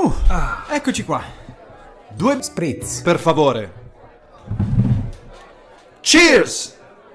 Eccoci qua. 2 spritz. Per favore. Cheers!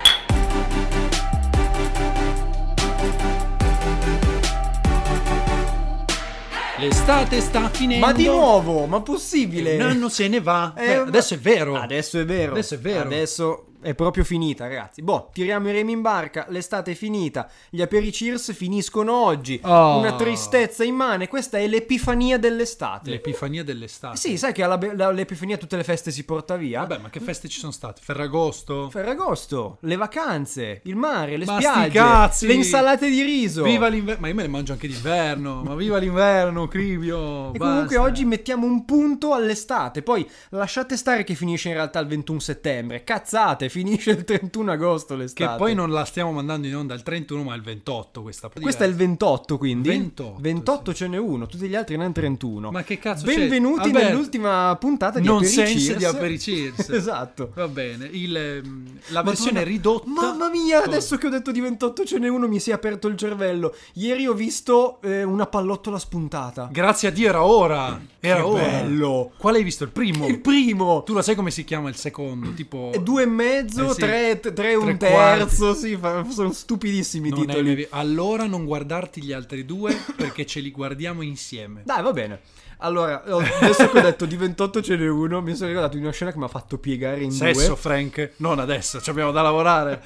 L'estate sta finendo. Ma di nuovo? Ma possibile? Un anno se ne va. Adesso è vero. Adesso è vero. Adesso è proprio finita, ragazzi. Tiriamo i remi in barca. L'estate è finita. Gli apericheers finiscono oggi. Una tristezza immane. Questa è l'epifania dell'estate. L'epifania dell'estate. Sì, sai che all'epifania tutte le feste si porta via. Vabbè, ma che feste ci sono state? Ferragosto, le vacanze, il mare, le Ma spiagge, sti cazzi! le insalate di riso. Viva l'inverno. Ma io me ne mangio anche d'inverno. Ma viva l'inverno, Cribio. E comunque oggi mettiamo un punto all'estate. Poi lasciate stare che finisce in realtà il 21 settembre. Cazzate, finisce il 31 agosto l'estate. Che poi non la stiamo mandando in onda il 31 ma il 28 questa è il 28, quindi 28 sì. Ce n'è uno, tutti gli altri ne hanno 31. Ma che cazzo Benvenuti c'è? nell'ultima puntata di Nonsense di Apericheers. Esatto. Va bene, la versione ridotta. Mamma mia, adesso che ho detto di 28 ce n'è uno mi si è aperto il cervello. Ieri ho visto una pallottola spuntata. Grazie a Dio era ora. Era che ora. Bello. Quale hai visto? Il primo? Il primo. Tu lo sai come si chiama il secondo? Tipo 2,5, sì. 3 un 3 terzo. Sì, sono stupidissimi i titoli. Allora non guardarti gli altri due perché ce li guardiamo insieme. Dai, va bene. Allora, adesso che ho detto di 28 ce n'è uno, mi sono ricordato di una scena che mi ha fatto piegare in Sesso, due. Frank, non adesso, ci abbiamo da lavorare.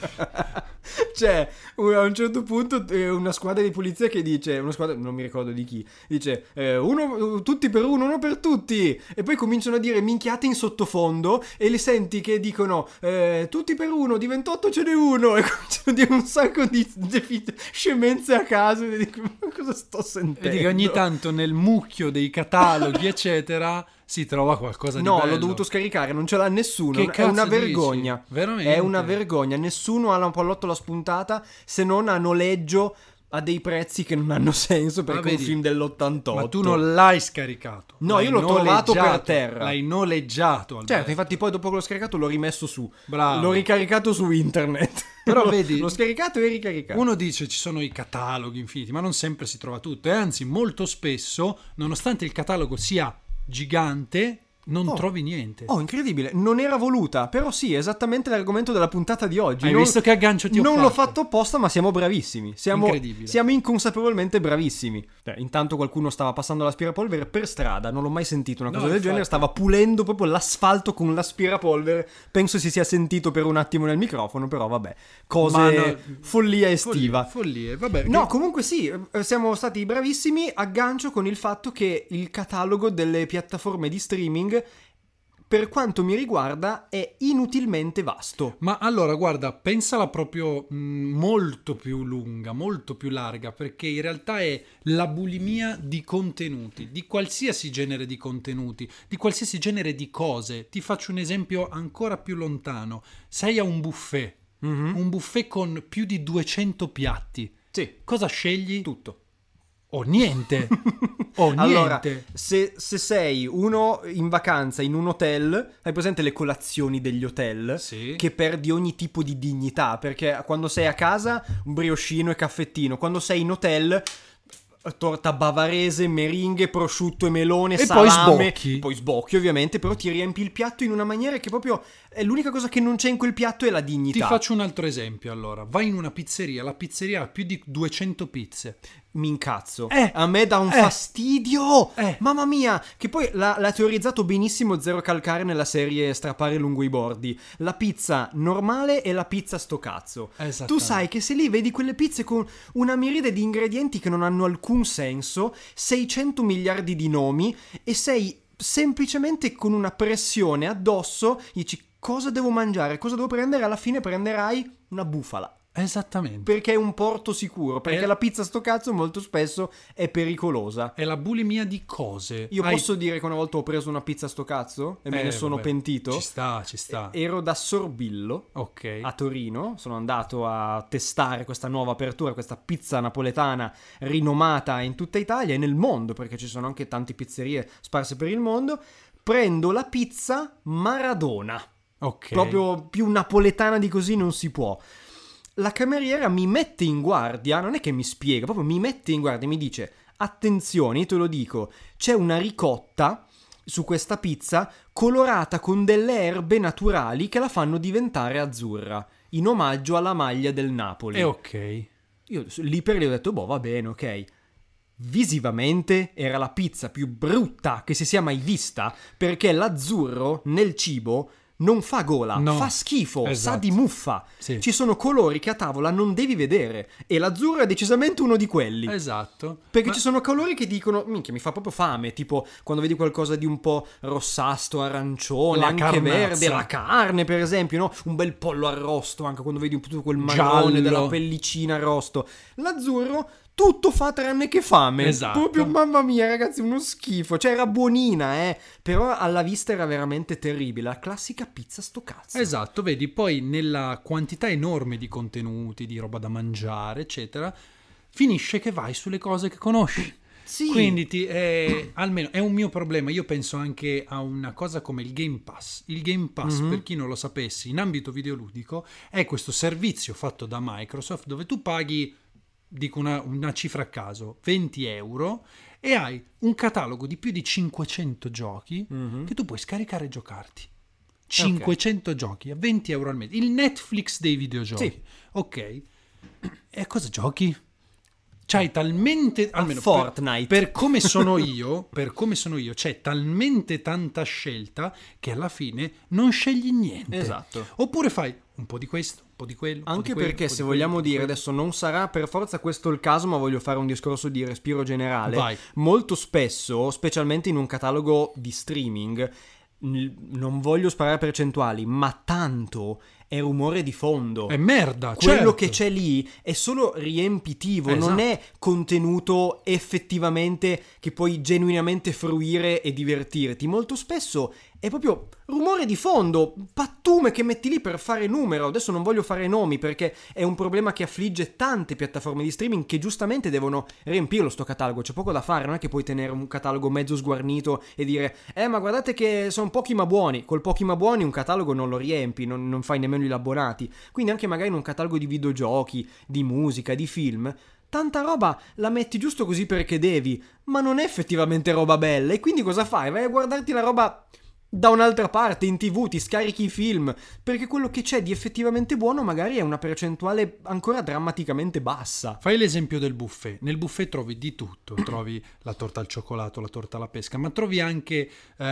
Cioè, a un certo punto una squadra di polizia che dice, non mi ricordo di chi, dice tutti per uno per tutti, e poi cominciano a dire minchiate in sottofondo e li senti che dicono tutti per uno, di 28 ce n'è uno, e cominciano a dire un sacco di scemenze a caso e dico, ma cosa sto sentendo? Vedi che ogni tanto nel mucchio dei cataloghi eccetera si trova qualcosa di bello. No, l'ho dovuto scaricare, non ce l'ha nessuno. Che è una cazzo vergogna. Dici? Veramente? È una vergogna. Nessuno ha la pallottola spuntata se non a noleggio a dei prezzi che non hanno senso perché è un film dell'88. Ma tu non l'hai scaricato. No, io l'ho trovato per terra. L'hai noleggiato. Alberto. Certo, infatti poi dopo che l'ho scaricato l'ho rimesso su. Bravo. L'ho ricaricato su internet. Però vedi, l'ho scaricato e ricaricato. Uno dice ci sono i cataloghi infiniti, ma non sempre si trova tutto. E anzi, molto spesso, nonostante il catalogo sia gigante, non trovi niente. Incredibile, non era voluta. Però sì, esattamente l'argomento della puntata di oggi. Hai visto che aggancio ti ho fatto? Non l'ho fatto apposta, ma siamo bravissimi. Incredibile. Siamo inconsapevolmente bravissimi. Intanto qualcuno stava passando l'aspirapolvere per strada. Non l'ho mai sentito una cosa del genere. Stava pulendo proprio l'asfalto con l'aspirapolvere. Penso si sia sentito per un attimo nel microfono. Però vabbè, follia estiva. Follie, vabbè. No, comunque sì, siamo stati bravissimi. Aggancio con il fatto che il catalogo delle piattaforme di streaming, per quanto mi riguarda, è inutilmente vasto. Ma allora, guarda, pensala proprio molto più lunga, molto più larga, perché in realtà è la bulimia di contenuti, di qualsiasi genere di contenuti, di qualsiasi genere di cose. Ti faccio un esempio ancora più lontano. Sei a un buffet, un buffet con più di 200 piatti. Sì. Cosa scegli? Tutto. O niente. Allora, se sei uno in vacanza in un hotel, hai presente le colazioni degli hotel? Sì. Che perdi ogni tipo di dignità, perché quando sei a casa un briochino e caffettino, quando sei in hotel torta bavarese, meringhe, prosciutto e melone, e salame, poi sbocchi ovviamente, però ti riempi il piatto in una maniera che proprio è l'unica cosa che non c'è in quel piatto è la dignità. Ti faccio un altro esempio allora. Vai in una pizzeria, la pizzeria ha più di 200 pizze. Mi incazzo. A me dà un fastidio. Mamma mia. Che poi l'ha teorizzato benissimo Zero Calcare nella serie Strappare lungo i bordi. La pizza normale e la pizza sto cazzo. Tu sai che se lì vedi quelle pizze con una miriade di ingredienti che non hanno alcun senso, 600 miliardi di nomi, e sei semplicemente con una pressione addosso, dici cosa devo mangiare, cosa devo prendere, alla fine prenderai una bufala. Esattamente. Perché è un porto sicuro. Perché la pizza sto cazzo molto spesso è pericolosa. È la bulimia di cose. Io posso dire che una volta ho preso una pizza sto cazzo e me ne sono pentito. Ci sta. Ero da Sorbillo, a Torino. Sono andato a testare questa nuova apertura, questa pizza napoletana rinomata in tutta Italia e nel mondo, perché ci sono anche tante pizzerie sparse per il mondo. Prendo la pizza Maradona. Proprio più napoletana di così non si può. La cameriera mi mette in guardia, non è che mi spiega, proprio mi mette in guardia e mi dice: attenzione, te lo dico, c'è una ricotta su questa pizza colorata con delle erbe naturali che la fanno diventare azzurra, in omaggio alla maglia del Napoli. E ok. Io lì per lì ho detto, boh, va bene, ok. Visivamente era la pizza più brutta che si sia mai vista, perché l'azzurro nel cibo non fa gola, No, fa schifo, esatto. sa di muffa. Sì. Ci sono colori che a tavola non devi vedere e l'azzurro è decisamente uno di quelli. Esatto. Perché ci sono colori che dicono, minchia, mi fa proprio fame, tipo quando vedi qualcosa di un po' rossastro, arancione, La anche carnazza. verde, la carne per esempio, no? Un bel pollo arrosto, anche quando vedi un po' tutto quel marrone Giallo. della pellicina arrosto. L'azzurro tutto fa tranne che fame. Esatto. Proprio, mamma mia, ragazzi, uno schifo. Cioè, era buonina, però alla vista era veramente terribile. La classica pizza sto cazzo. Esatto, vedi, poi nella quantità enorme di contenuti, di roba da mangiare, eccetera, finisce che vai sulle cose che conosci. Sì. Quindi almeno è un mio problema. Io penso anche a una cosa come il Game Pass. Il Game Pass, per chi non lo sapesse, in ambito videoludico, è questo servizio fatto da Microsoft dove tu paghi, dico una cifra a caso, 20 euro e hai un catalogo di più di 500 giochi che tu puoi scaricare e giocarti. 500 giochi a 20 euro al mese. Il Netflix dei videogiochi. Sì. Ok. E cosa giochi? C'hai talmente, almeno Fortnite. per come sono io, c'è talmente tanta scelta che alla fine non scegli niente. Esatto. Oppure fai un po' di questo, un po' di quello. Anche perché se vogliamo dire, adesso non sarà per forza questo il caso, ma voglio fare un discorso di respiro generale. Vai. Molto spesso, specialmente in un catalogo di streaming, non voglio sparare percentuali, ma tanto è rumore di fondo. È merda, Quello certo. che c'è lì è solo riempitivo, Esatto. non è contenuto effettivamente che puoi genuinamente fruire e divertirti. Molto spesso è proprio rumore di fondo, pattume che metti lì per fare numero. Adesso non voglio fare nomi perché è un problema che affligge tante piattaforme di streaming che giustamente devono riempirlo sto catalogo. C'è poco da fare, non è che puoi tenere un catalogo mezzo sguarnito e dire ma guardate che sono pochi ma buoni. Col pochi ma buoni un catalogo non lo riempi, non fai nemmeno gli abbonati. Quindi anche magari in un catalogo di videogiochi, di musica, di film, tanta roba la metti giusto così perché devi, ma non è effettivamente roba bella. E quindi cosa fai? Vai a guardarti la roba da un'altra parte, in TV, ti scarichi i film, perché quello che c'è di effettivamente buono magari è una percentuale ancora drammaticamente bassa. Fai l'esempio del buffet. Nel buffet trovi di tutto, trovi la torta al cioccolato, la torta alla pesca, ma trovi anche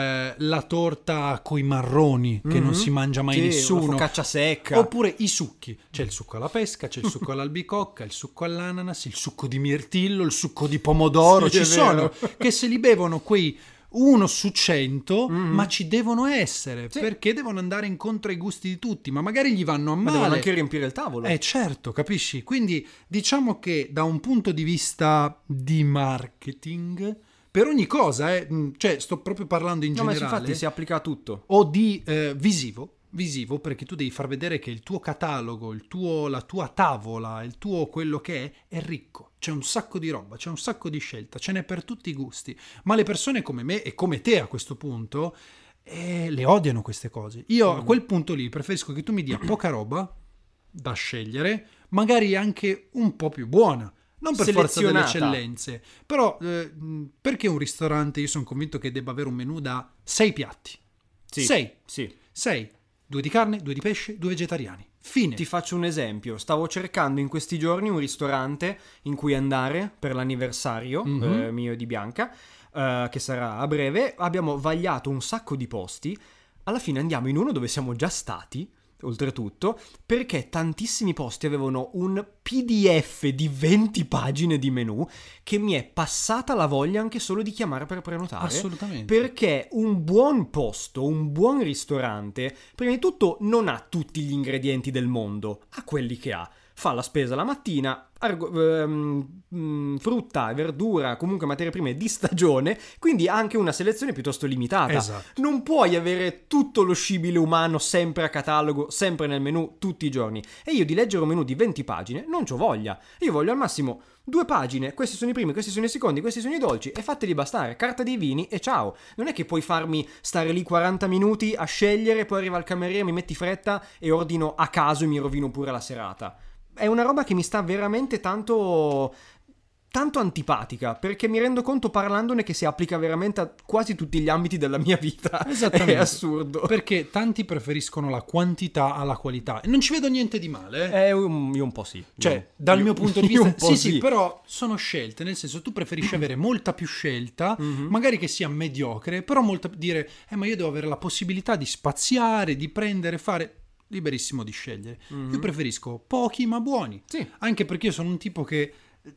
la torta coi marroni che non si mangia mai nessuno. La focaccia secca. Oppure i succhi. C'è il succo alla pesca, c'è il succo all'albicocca, il succo all'ananas, il succo di mirtillo, il succo di pomodoro. Sì, ci è sono vero. che se li bevono quei 1 su 100, ma ci devono essere, perché devono andare incontro ai gusti di tutti, ma magari gli vanno a Ma male. devono anche riempire il tavolo. Certo, capisci? Quindi diciamo che da un punto di vista di marketing, per ogni cosa, cioè sto proprio parlando in generale. Ma infatti si applica a tutto. O di visivo, perché tu devi far vedere che il tuo catalogo, la tua tavola, il tuo quello che è ricco. C'è un sacco di roba, c'è un sacco di scelta, ce n'è per tutti i gusti. Ma le persone come me e come te a questo punto le odiano queste cose. Io a quel punto lì preferisco che tu mi dia poca roba da scegliere, magari anche un po' più buona. Non per forza delle eccellenze, però perché un ristorante io sono convinto che debba avere un menù da 6 piatti. Sì, 6. sì. 6. 2 di carne, 2 di pesce, 2 vegetariani. Fine. Ti faccio un esempio. Stavo cercando in questi giorni un ristorante in cui andare per l'anniversario mio e di Bianca, che sarà a breve. Abbiamo vagliato un sacco di posti. Alla fine andiamo in uno dove siamo già stati, oltretutto, perché tantissimi posti avevano un PDF di 20 pagine di menù che mi è passata la voglia anche solo di chiamare per prenotare. Assolutamente. Perché un buon posto, un buon ristorante, prima di tutto non ha tutti gli ingredienti del mondo, ha quelli che ha. Fa la spesa la mattina, frutta, verdura, comunque materie prime di stagione, quindi ha anche una selezione piuttosto limitata. Esatto. Non puoi avere tutto lo scibile umano sempre a catalogo, sempre nel menù, tutti i giorni. E io di leggere un menù di 20 pagine non c'ho voglia. Io voglio al massimo 2 pagine, questi sono i primi, questi sono i secondi, questi sono i dolci, e fateli bastare, carta dei vini e ciao. Non è che puoi farmi stare lì 40 minuti a scegliere, poi arriva il cameriere, mi metti fretta e ordino a caso e mi rovino pure la serata. È una roba che mi sta veramente tanto tanto antipatica, perché mi rendo conto parlandone che si applica veramente a quasi tutti gli ambiti della mia vita. Esattamente. È assurdo. Perché tanti preferiscono la quantità alla qualità. E non ci vedo niente di male. Io un po' sì. Cioè, dal mio punto di vista... Sì, però sono scelte. Nel senso, tu preferisci avere molta più scelta, magari che sia mediocre, però dire, ma io devo avere la possibilità di spaziare, di prendere, fare... Liberissimo di scegliere. Io preferisco pochi ma buoni. Sì. Anche perché io sono un tipo che...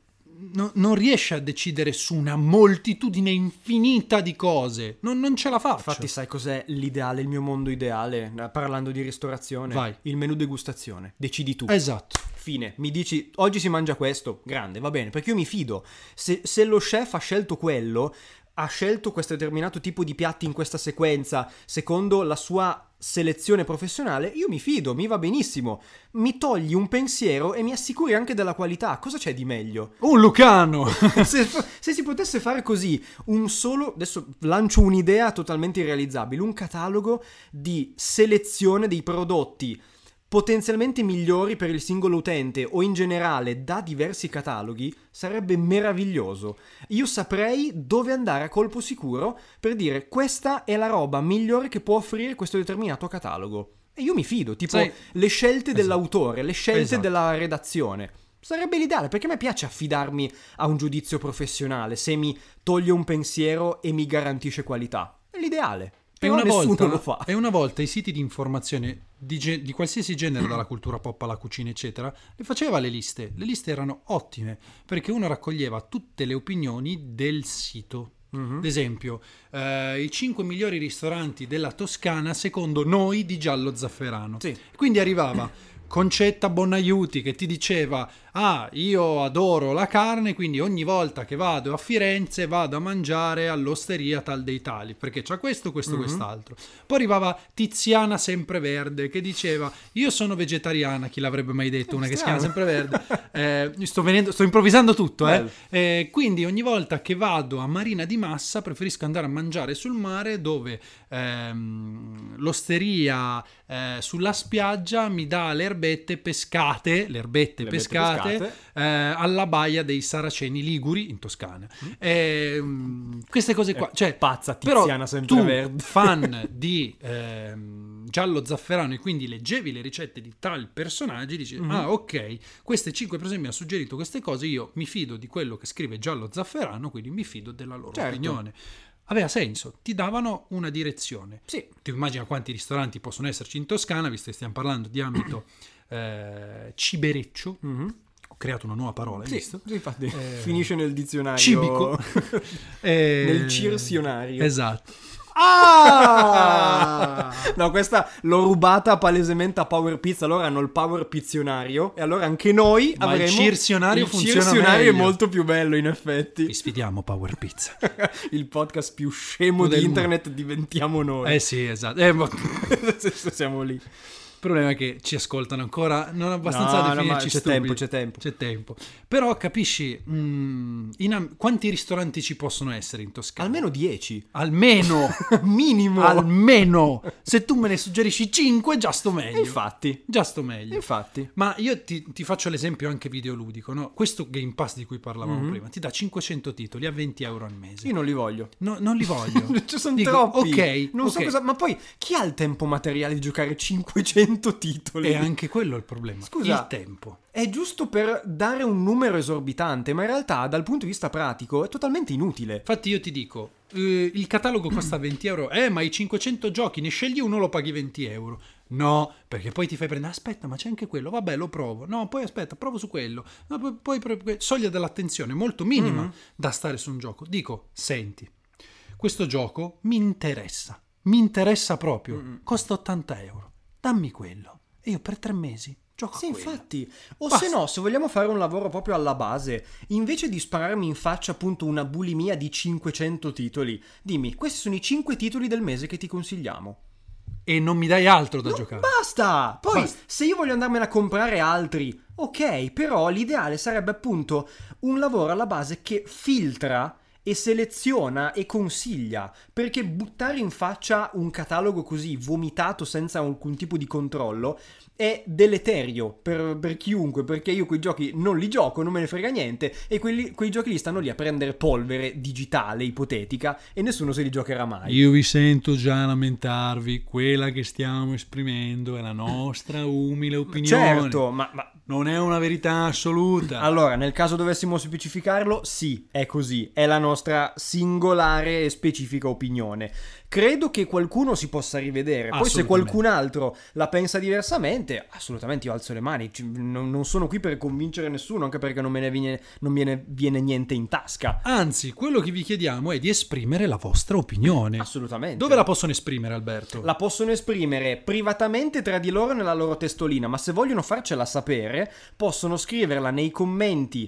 non riesce a decidere su una moltitudine infinita di cose. Non ce la faccio. Infatti sai cos'è l'ideale, il mio mondo ideale? Parlando di ristorazione. Vai. Il menù degustazione. Decidi tu. Esatto. Fine. Mi dici, oggi si mangia questo. Grande, va bene. Perché io mi fido. Se lo chef ha scelto quello, ha scelto questo determinato tipo di piatti in questa sequenza, secondo la sua selezione professionale, io mi fido, mi va benissimo. Mi togli un pensiero e mi assicuri anche della qualità. Cosa c'è di meglio? Un Lucano! se si potesse fare così, adesso lancio un'idea totalmente irrealizzabile, un catalogo di selezione dei prodotti potenzialmente migliori per il singolo utente o in generale da diversi cataloghi, sarebbe meraviglioso. Io saprei dove andare a colpo sicuro per dire questa è la roba migliore che può offrire questo determinato catalogo. E io mi fido, tipo le scelte dell'autore, le scelte della redazione. Sarebbe l'ideale, perché a me piace affidarmi a un giudizio professionale se mi toglie un pensiero e mi garantisce qualità. È l'ideale. Però nessuno lo fa. E una volta i siti di informazione di qualsiasi genere, dalla cultura pop alla cucina eccetera, le faceva le liste. Le liste erano ottime perché uno raccoglieva tutte le opinioni del sito. Ad esempio, i 5 migliori ristoranti della Toscana secondo noi di Giallo Zafferano. Sì. Quindi arrivava Concetta Bonaiuti che ti diceva: io adoro la carne, quindi ogni volta che vado a Firenze vado a mangiare all'osteria tal dei tali, perché c'ha questo, quest'altro. Poi arrivava Tiziana Sempreverde che diceva: io sono vegetariana, chi l'avrebbe mai detto, una che si chiama Sempreverde. Sto improvvisando tutto, quindi ogni volta che vado a Marina di Massa preferisco andare a mangiare sul mare, dove l'osteria sulla spiaggia mi dà le erbette pescate alla baia dei Saraceni Liguri in Toscana. Queste cose qua, cioè, pazza Tiziana Sempreverde. Tu, fan di Giallo Zafferano, e quindi leggevi le ricette di tal personaggi, dici ok, queste 5 persone mi hanno suggerito queste cose, io mi fido di quello che scrive Giallo Zafferano, quindi mi fido della loro opinione. Aveva senso, ti davano una direzione. Sì. Ti immagina quanti ristoranti possono esserci in Toscana, visto che stiamo parlando di ambito cibereccio. Ho creato una nuova parola, hai visto? Sì, infatti finisce nel dizionario. Cibico. Nel cirsionario. Esatto. No, questa l'ho rubata palesemente a Power Pizza. Allora hanno il Power Pizzionario e allora anche noi avremo il cirsionario. Funziona cirsionario meglio. È molto più bello, in effetti. Vi sfidiamo, Power Pizza. Il podcast più scemo di internet diventiamo noi. Sì, esatto. Siamo lì. Il problema è che ci ascoltano ancora non abbastanza da definirci stupidi. C'è tempo. Però capisci, quanti ristoranti ci possono essere in Toscana? Almeno 10. Almeno. Minimo. Almeno. Se tu me ne suggerisci 5, già sto meglio. Infatti. Ma io ti faccio l'esempio anche videoludico, no? Questo Game Pass di cui parlavamo prima ti dà 500 titoli a €20 al mese. Io non li voglio. No, non li voglio. Ci sono troppi. Ok. Non so cosa. Ma poi chi ha il tempo materiale di giocare 500 titoli? E anche quello è il problema. Scusa, il tempo. È giusto per dare un numero esorbitante, ma in realtà dal punto di vista pratico è totalmente inutile. Infatti io ti dico, il catalogo costa €20. Ma i 500 giochi, ne scegli uno, lo paghi €20. No, perché poi ti fai prendere, aspetta, ma c'è anche quello, vabbè, lo provo. No, poi aspetta, provo su quello. No, poi soglia dell'attenzione molto minima da stare su un gioco. Dico, senti, questo gioco mi interessa proprio, costa €80. Dammi quello e io per 3 mesi gioco a quello. Infatti. O se no, se vogliamo fare un lavoro proprio alla base, invece di spararmi in faccia appunto una bulimia di 500 titoli, dimmi, questi sono i 5 titoli del mese che ti consigliamo. E non mi dai altro da giocare. Basta! Poi, se io voglio andarmene a comprare altri, ok, però l'ideale sarebbe appunto un lavoro alla base che filtra e seleziona e consiglia, perché buttare in faccia un catalogo così vomitato senza alcun tipo di controllo è deleterio per chiunque, perché io quei giochi non li gioco, non me ne frega niente, e quei giochi lì stanno lì a prendere polvere digitale ipotetica e nessuno se li giocherà mai. Io vi sento già lamentarvi, quella che stiamo esprimendo è la nostra umile opinione. Certo, ma non è una verità assoluta. Allora, nel caso dovessimo specificarlo, sì, è così, è la nostra singolare e specifica opinione. Credo che qualcuno si possa rivedere. Poi se qualcun altro la pensa diversamente, assolutamente io alzo le mani. Non sono qui per convincere nessuno, anche perché non me ne viene niente in tasca. Anzi, quello che vi chiediamo è di esprimere la vostra opinione. Assolutamente. Dove la possono esprimere, Alberto? La possono esprimere privatamente tra di loro nella loro testolina, ma se vogliono farcela sapere, possono scriverla nei commenti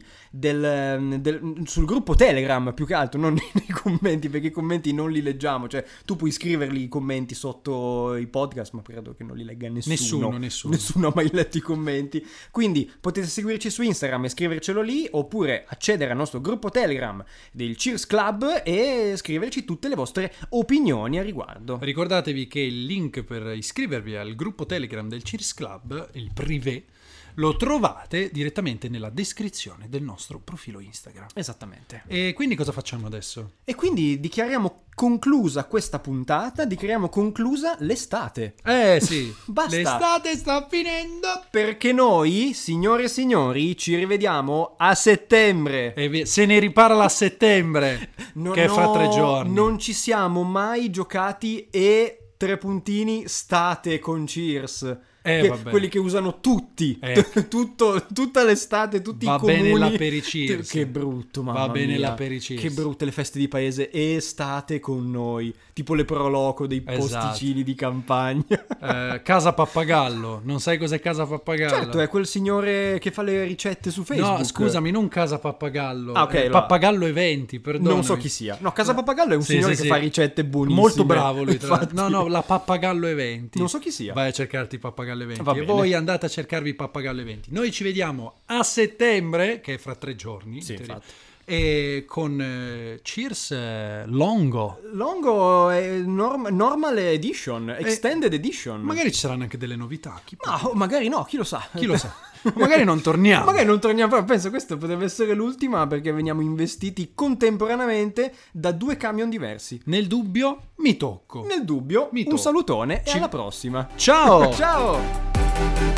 sul gruppo Telegram, più che altro, non nei commenti, perché i commenti non li leggiamo. Cioè, tu puoi scriverli i commenti sotto i podcast, ma credo che non li legga nessuno. Nessuno ha mai letto i commenti. Quindi potete seguirci su Instagram e scrivercelo lì, oppure accedere al nostro gruppo Telegram del Cheers Club e scriverci tutte le vostre opinioni a riguardo. Ricordatevi che il link per iscrivervi al gruppo Telegram del Cheers Club, il privé, lo trovate direttamente nella descrizione del nostro profilo Instagram. Esattamente. E quindi cosa facciamo adesso? E quindi dichiariamo conclusa questa puntata, dichiariamo conclusa l'estate. Sì, basta. L'estate sta finendo. Perché noi, signore e signori, ci rivediamo a settembre. E se ne riparla a settembre, che è fra 3 giorni. Non ci siamo mai giocati e 3 puntini state con Cheers. Quelli che usano tutti, tutta l'estate, tutti i comuni. Va bene l'apericirsi. Che brutto, mamma mia. Va bene l'apericirsi. Che brutte le feste di paese. E state con noi, tipo le proloco dei posticini di campagna. Casa Pappagallo, non sai cos'è Casa Pappagallo? Certo, è quel signore che fa le ricette su Facebook. No, scusami, non Casa Pappagallo. Okay, Pappagallo Eventi, perdonami. Non so chi sia. No, Casa Pappagallo è un signore che fa ricette buonissime. Molto bravo lui. No, la Pappagallo Eventi. Non so chi sia. Vai a cercarti Pappagallo Eventi. E voi andate a cercarvi Pappagallo Eventi. Noi ci vediamo a settembre, che è fra 3 giorni. Sì, infatti. E con Cheers Longo è normal edition, extended edition. Magari ci saranno anche delle novità. Magari no, chi lo sa. Magari non torniamo. Penso questo potrebbe essere l'ultima, perché veniamo investiti contemporaneamente da 2 camion diversi. Nel dubbio mi tocco. Un salutone e alla prossima. Ciao. Ciao.